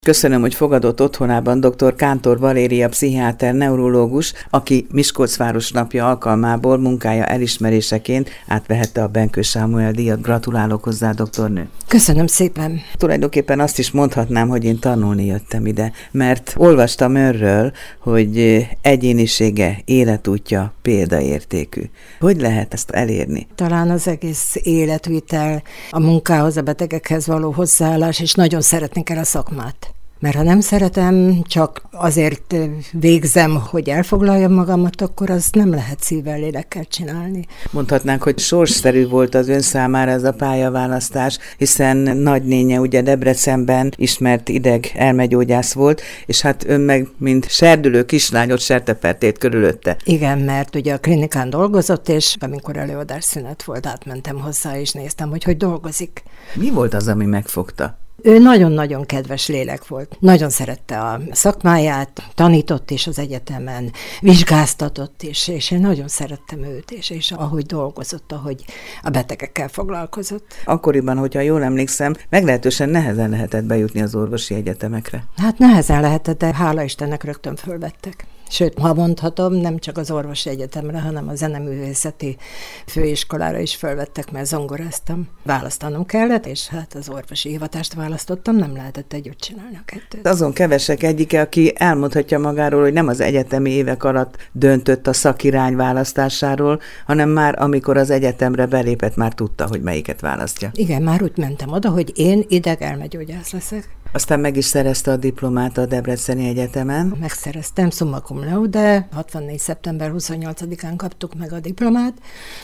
Köszönöm, hogy fogadott otthonában dr. Kántor Valéria pszichiáter neurológus, aki Miskolc Városnapja alkalmából munkája elismeréseként átvehette a Benkő Sámuel díjat. Gratulálok hozzá, doktornő! Köszönöm szépen! Tulajdonképpen azt is mondhatnám, hogy én tanulni jöttem ide, mert olvastam önről, hogy egyénisége, életútja példaértékű. Hogy lehet ezt elérni? Talán az egész életvitel, a munkához, a betegekhez való hozzáállás, és nagyon szeretni kell a szakmát. Mert ha nem szeretem, csak azért végzem, hogy elfoglaljam magamat, akkor az nem lehet szívvel, lélekkel csinálni. Mondhatnánk, hogy sorsszerű volt az ön számára ez a pályaválasztás, hiszen nagynénye ugye Debrecenben ismert ideg-elmegyógyász volt, és hát ön meg, mint serdülő kislányot sertepertét körülötte. Igen, mert ugye a klinikán dolgozott, és amikor előadásszünet volt, átmentem hozzá, és néztem, hogy dolgozik. Mi volt az, ami megfogta? Ő nagyon-nagyon kedves lélek volt. Nagyon szerette a szakmáját, tanított is az egyetemen, vizsgáztatott is, és én nagyon szerettem őt, és ahogy dolgozott, ahogy a betegekkel foglalkozott. Akkoriban, hogyha jól emlékszem, meglehetősen nehezen lehetett bejutni az orvosi egyetemekre. Hát nehezen lehetett, de hála Istennek rögtön fölvettek. Sőt, ha mondhatom, nem csak az orvosi egyetemre, hanem a zeneművészeti főiskolára is fölvettek, mert zongoráztam. Választanom kellett, és hát az orvosi hivatást választottam, nem lehetett együtt csinálni a kettőt. Azon kevesek egyike, aki elmondhatja magáról, hogy nem az egyetemi évek alatt döntött a szakirány választásáról, hanem már amikor az egyetemre belépett, már tudta, hogy melyiket választja. Igen, már úgy mentem oda, hogy én ideg-elmegyógyász leszek. Aztán meg is szerezte a diplomát a Debreceni Egyetemen. Megszereztem, summa cum laude, 64. szeptember 28-án kaptuk meg a diplomát,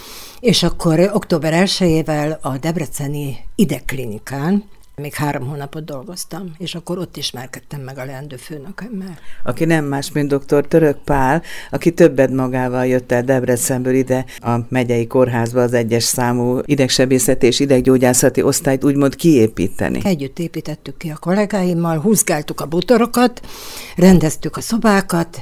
és akkor október 1-ével a Debreceni idegklinikán még 3 hónapot dolgoztam, és akkor ott ismerkedtem meg a leendő főnökömmel. Aki nem más, mint dr. Török Pál, aki többet magával jött el Debrecenből ide a megyei kórházba az 1-es számú idegsebészeti és ideggyógyászati osztályt úgymond kiépíteni. Együtt építettük ki a kollégáimmal, húzgáltuk a bútorokat, rendeztük a szobákat,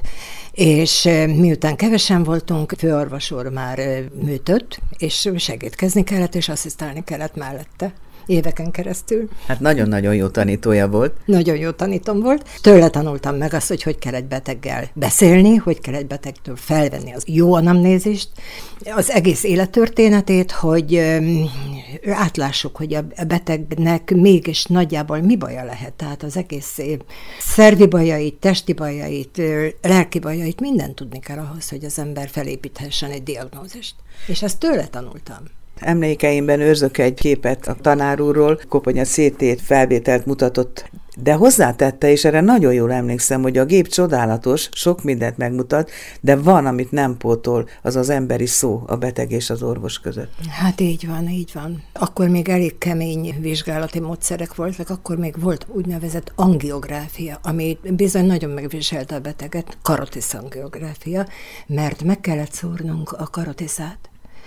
és miután kevesen voltunk, főorvos úr már műtött, és segítkezni kellett, és asszisztálni kellett mellette. Éveken keresztül. Hát nagyon-nagyon jó tanítója volt. Nagyon jó tanítom volt. Tőle tanultam meg azt, hogy kell egy beteggel beszélni, hogy kell egy betegtől felvenni az jó anamnézist, az egész élettörténetét, hogy átlássuk, hogy a betegnek mégis nagyjából mi baja lehet. Tehát az egész szervi bajait, testi bajait, lelki bajait, mindent tudni kell ahhoz, hogy az ember felépíthessen egy diagnózist. És ezt tőle tanultam. Emlékeimben őrzök egy képet a tanár úrról, koponya CT felvételt mutatott, de hozzátette, és erre nagyon jól emlékszem, hogy a gép csodálatos, sok mindent megmutat, de van, amit nem pótol, az az emberi szó a beteg és az orvos között. Hát így van, így van. Akkor még elég kemény vizsgálati módszerek voltak, akkor még volt úgynevezett angiográfia, ami bizony nagyon megviselte a beteget, karotisz angiográfia, mert meg kellett szúrnunk a karotiszát.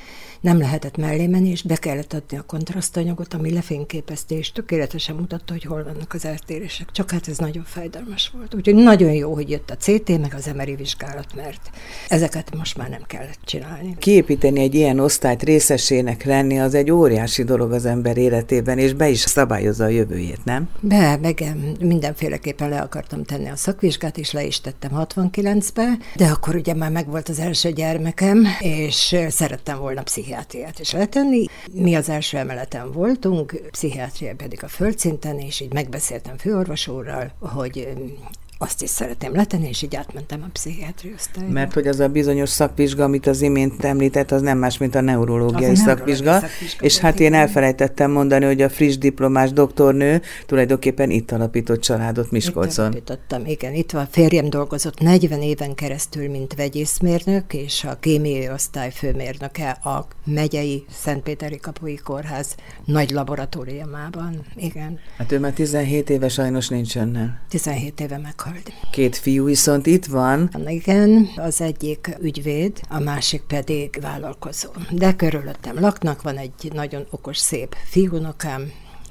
Nem lehetett mellé menni, és be kellett adni a kontrasztanyagot, ami lefényképezte, és tökéletesen mutatta, hogy hol vannak az eltérések. Csak hát ez nagyon fájdalmas volt. Úgyhogy nagyon jó, hogy jött a CT, meg az MRI vizsgálat, mert ezeket most már nem kellett csinálni. Kiépíteni egy ilyen osztályt, részesének lenni, az egy óriási dolog az ember életében, és be is szabályozza a jövőjét, nem? Meg mindenféleképpen le akartam tenni a szakvizsgát, és le is tettem 69-be, de akkor ugye már megvolt az első gyermekem, és szerettem volna pszichiátriát is letenni. Mi az első emeleten voltunk, pszichiátria pedig a földszinten, és így megbeszéltem főorvos úrral, hogy azt is szeretném letenni, és így átmentem a pszichiátria osztályra. Mert hogy az a bizonyos szakvizsga, amit az imént említett, az nem más, mint a neurológiai szakvizsga, és hát én elfelejtettem mondani, hogy a friss diplomás doktornő tulajdonképpen itt alapított családot Miskolcon. Itt alapítottam, igen. Itt a férjem dolgozott 40 éven keresztül, mint vegyészmérnök, és a kémiai osztály főmérnöke a megyei Szentpéteri Kapui Kórház nagy laboratóriumában. Igen. Hát ő már 17 éve sajnos nincs önnel. 17 éve meghalt. 2 fiú viszont itt van. Igen, az egyik ügyvéd, a másik pedig vállalkozó. De körülöttem laknak, van egy nagyon okos, szép fiúnokám,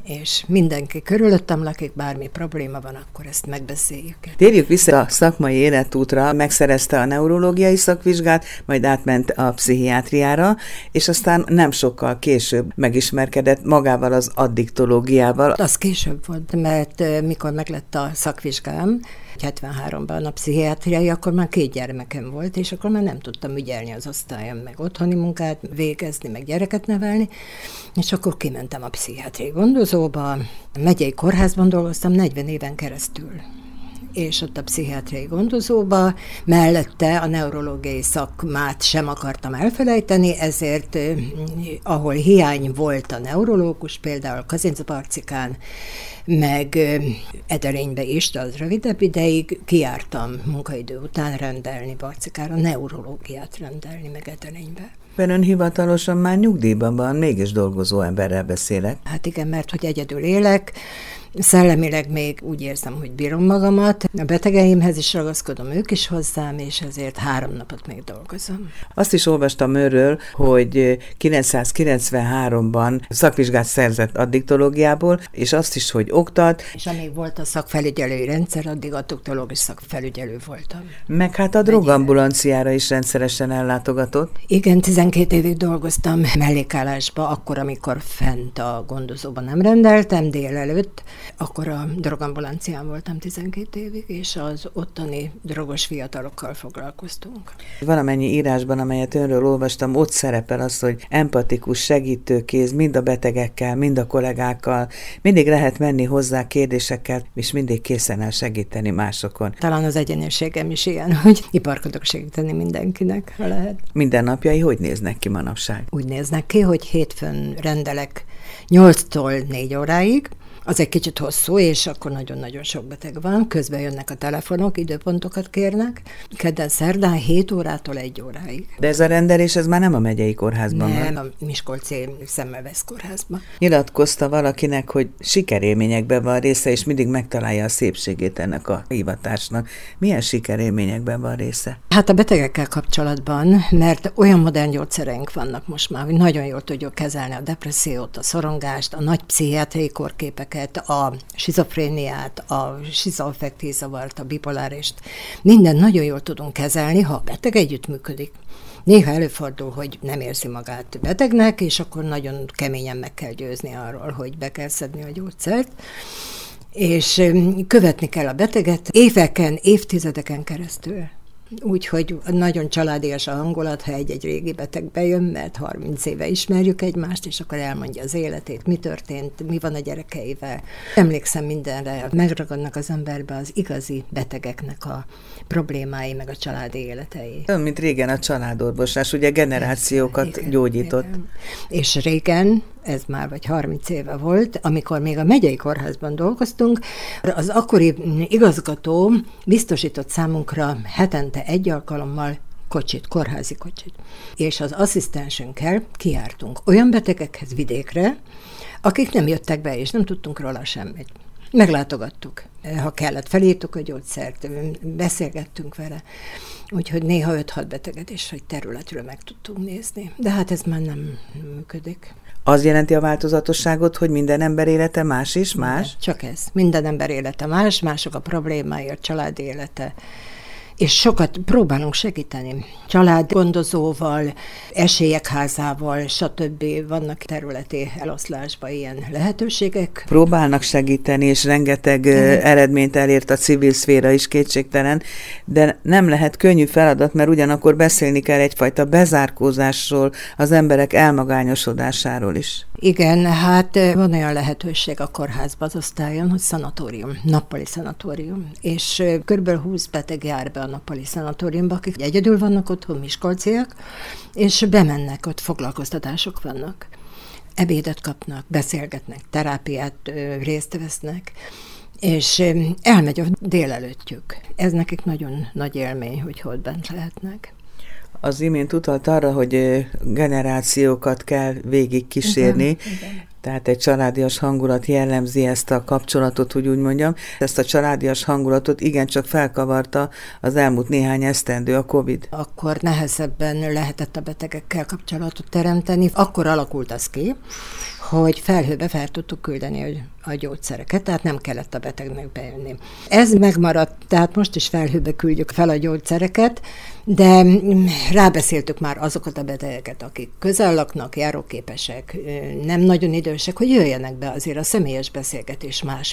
és mindenki körülöttem lakik, bármi probléma van, akkor ezt megbeszéljük. Térjük vissza a szakmai életútra, megszerezte a neurológiai szakvizsgát, majd átment a pszichiátriára, és aztán nem sokkal később megismerkedett magával az addiktológiával. Az később volt, mert mikor meglett a szakvizsgám, 73-ban a pszichiátriai, akkor már 2 gyermekem volt, és akkor már nem tudtam ügyelni az osztályon, meg otthoni munkát végezni, meg gyereket nevelni, és akkor kimentem a pszichiátriai gondozóba, a megyei kórházban dolgoztam 40 éven keresztül. És ott a pszichiátriai gondozóba, mellette a neurológiai szakmát sem akartam elfelejteni, ezért ahol hiány volt a neurológus, például Kazincbarcikán, meg Edelénybe is, de az rövidebb ideig kijártam munkaidő után rendelni Barcikára, neurológiát rendelni, meg Edelénybe. Ön hivatalosan már nyugdíjban van, mégis dolgozó emberrel beszélek. Hát igen, mert hogy egyedül élek, szellemileg még úgy érzem, hogy bírom magamat. A betegeimhez is ragaszkodom, ők is hozzám, és ezért 3 napot még dolgozom. Azt is olvastam őről, hogy 993-ban szakvizsgát szerzett addiktológiából, és azt is, hogy oktat. És amíg volt a szakfelügyelői rendszer, addig addiktológus szakfelügyelő voltam. Meg hát a drogambulanciára is rendszeresen ellátogatott. Igen, 12 évig dolgoztam mellékállásba, akkor, amikor fent a gondozóban nem rendeltem, délelőtt, akkor a drogambulancián voltam 12 évig, és az ottani drogos fiatalokkal foglalkoztunk. Valamennyi írásban, amelyet önről olvastam, ott szerepel az, hogy empatikus, segítőkéz, mind a betegekkel, mind a kollégákkal, mindig lehet menni hozzá kérdésekkel, és mindig készen áll segíteni másokon. Talán az egyenességem is ilyen, hogy iparkodok segíteni mindenkinek, ha lehet. Mindennapjai hogy néznek ki manapság? Úgy néznek ki, hogy hétfőn rendelek 8-tól 4 óráig, az egy kicsit hosszú, és akkor nagyon-nagyon sok beteg van. Közben jönnek a telefonok, időpontokat kérnek. Kedden, szerdán 7 órától 1 óráig. De ez a rendelés, ez már nem a megyei kórházban van? Nem, a Miskolci Semmelweis kórházban. Nyilatkozta valakinek, hogy sikerélményekben van része, és mindig megtalálja a szépségét ennek a hivatásnak. Milyen sikerélményekben van része? Hát a betegekkel kapcsolatban, mert olyan modern gyógyszereink vannak most már, hogy nagyon jól tudjuk kezelni a depressziót, a szorongást, a nagy pszichiátriai kórképeket, a skizofréniát, a schizoaffektív zavart, a bipolárist. Minden nagyon jól tudunk kezelni, ha a beteg együttműködik. Néha előfordul, hogy nem érzi magát betegnek, és akkor nagyon keményen meg kell győzni arról, hogy be kell szedni a gyógyszert, és követni kell a beteget éveken, évtizedeken keresztül. Úgyhogy nagyon családias a hangulat, ha egy régi beteg bejön, mert 30 éve ismerjük egymást, és akkor elmondja az életét, mi történt, mi van a gyerekeivel. Emlékszem mindenre, megragadnak az emberbe az igazi betegeknek a problémái, meg a családi életei. Olyan, mint régen a családorvoslás, ugye generációkat igen, gyógyított. Igen. És régen, ez már vagy 30 éve volt, amikor még a megyei kórházban dolgoztunk, az akkori igazgató biztosított számunkra hetente 1 alkalommal kocsit, kórházi kocsit. És az asszisztensünkkel kijártunk olyan betegekhez vidékre, akik nem jöttek be, és nem tudtunk róla semmit. Meglátogattuk. Ha kellett, felírtuk a gyógyszert, beszélgettünk vele. Úgyhogy néha 5-6 beteget is egy területről meg tudtunk nézni. De hát ez már nem működik. Az jelenti a változatosságot, hogy minden ember élete más és más? De, csak ez. Minden ember élete más, mások a problémái, a család élete. És sokat próbálunk segíteni. Családgondozóval, esélyek házával, stb. Vannak területi eloszlásban ilyen lehetőségek. Próbálnak segíteni, és rengeteg eredményt elért a civil szféra is, kétségtelen, de nem lehet könnyű feladat, mert ugyanakkor beszélni kell egyfajta bezárkózásról, az emberek elmagányosodásáról is. Igen, hát van olyan lehetőség a kórházban az osztályon, hogy szanatórium, nappali szanatórium, és kb. 20 beteg jár be a nappali szanatóriumba, akik egyedül vannak otthon, miskolciak, és bemennek, ott foglalkoztatások vannak. Ebédet kapnak, beszélgetnek, terápiát részt vesznek, és elmegy a délelőttjük. Ez nekik nagyon nagy élmény, hogy ott bent lehetnek. Az imént utalt arra, hogy generációkat kell végig kísérni, Igen. Tehát egy családias hangulat jellemzi ezt a kapcsolatot, hogy úgy mondjam. Ezt a családias hangulatot igencsak felkavarta az elmúlt néhány esztendő a Covid. Akkor nehezebben lehetett a betegekkel kapcsolatot teremteni. Akkor alakult az ki, hogy felhőbe fel tudtuk küldeni a gyógyszereket, tehát nem kellett a betegnek bejönni. Ez megmaradt, tehát most is felhőbe küldjük fel a gyógyszereket, de rábeszéltük már azokat a betegeket, akik közel laknak, járóképesek, nem nagyon idősek, hogy jöjjenek be, azért a személyes beszélgetés más.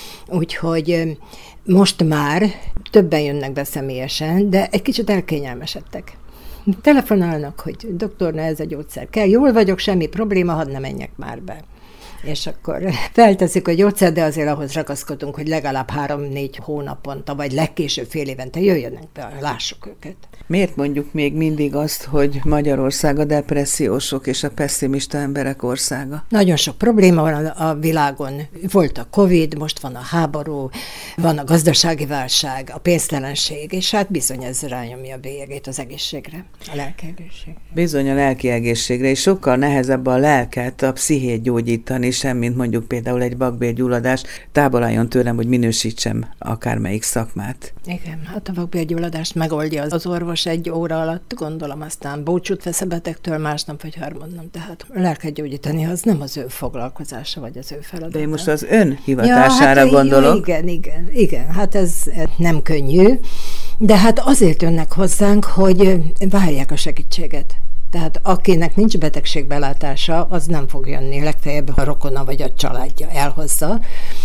Úgyhogy most már többen jönnek be személyesen, de egy kicsit elkényelmesedtek. Telefonálnak, hogy doktorna, ez a gyógyszer kell, jól vagyok, semmi probléma, hadd ne menjek már be. És akkor felteszik a gyógyszer, de azért ahhoz ragaszkodunk, hogy legalább 3-4 hónaponta, vagy legkésőbb fél évente jöjjenek be, lássuk őket. Miért mondjuk még mindig azt, hogy Magyarország a depressziósok és a pesszimista emberek országa? Nagyon sok probléma van a világon. Volt a Covid, most van a háború, van a gazdasági válság, a pénztelenség, és hát bizony ez rányomja a bélyegét az egészségre, a lelki egészségre. Bizony a lelki egészségre, és sokkal nehezebb a lelket, a pszichét gyógyítani, sem, mint mondjuk például egy vakbélgyulladás. Távol álljon tőlem, hogy minősítsem akármelyik szakmát. Igen, hát a vakbélgyulladást megoldja az orvos 1 óra alatt, gondolom, aztán búcsút vesz a betegtől másnap vagy harmadnap, tehát a lelket gyógyítani az nem az ő foglalkozása, vagy az ő feladata. De én most az ön hivatására gondolok. Igen, hát ez nem könnyű, de hát azért jönnek hozzánk, hogy várják a segítséget. Tehát akinek nincs betegségbelátása, az nem fog jönni, legfeljebb a rokona vagy a családja elhozza.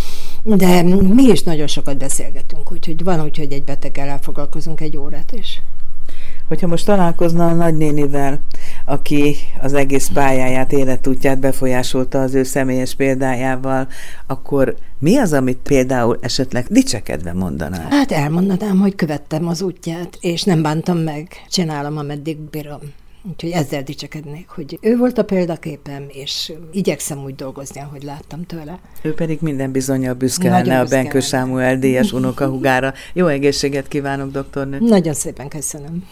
De mi is nagyon sokat beszélgetünk, úgyhogy van úgy, hogy egy beteggel elfoglalkozunk 1 órát is. Hogyha most találkozna a nagynénivel, aki az egész pályáját, életútját befolyásolta az ő személyes példájával, akkor mi az, amit például esetleg dicsekedve mondaná? Hát elmondanám, hogy követtem az útját, és nem bántam meg, csinálom, ameddig bírom. Úgyhogy ezzel dicsekednék, hogy ő volt a példaképem, és igyekszem úgy dolgozni, ahogy láttam tőle. Ő pedig minden bizonnyal büszke lenne a Benkő Sámuel díjas unokahúgára. Jó egészséget kívánok, doktornő! Nagyon szépen köszönöm!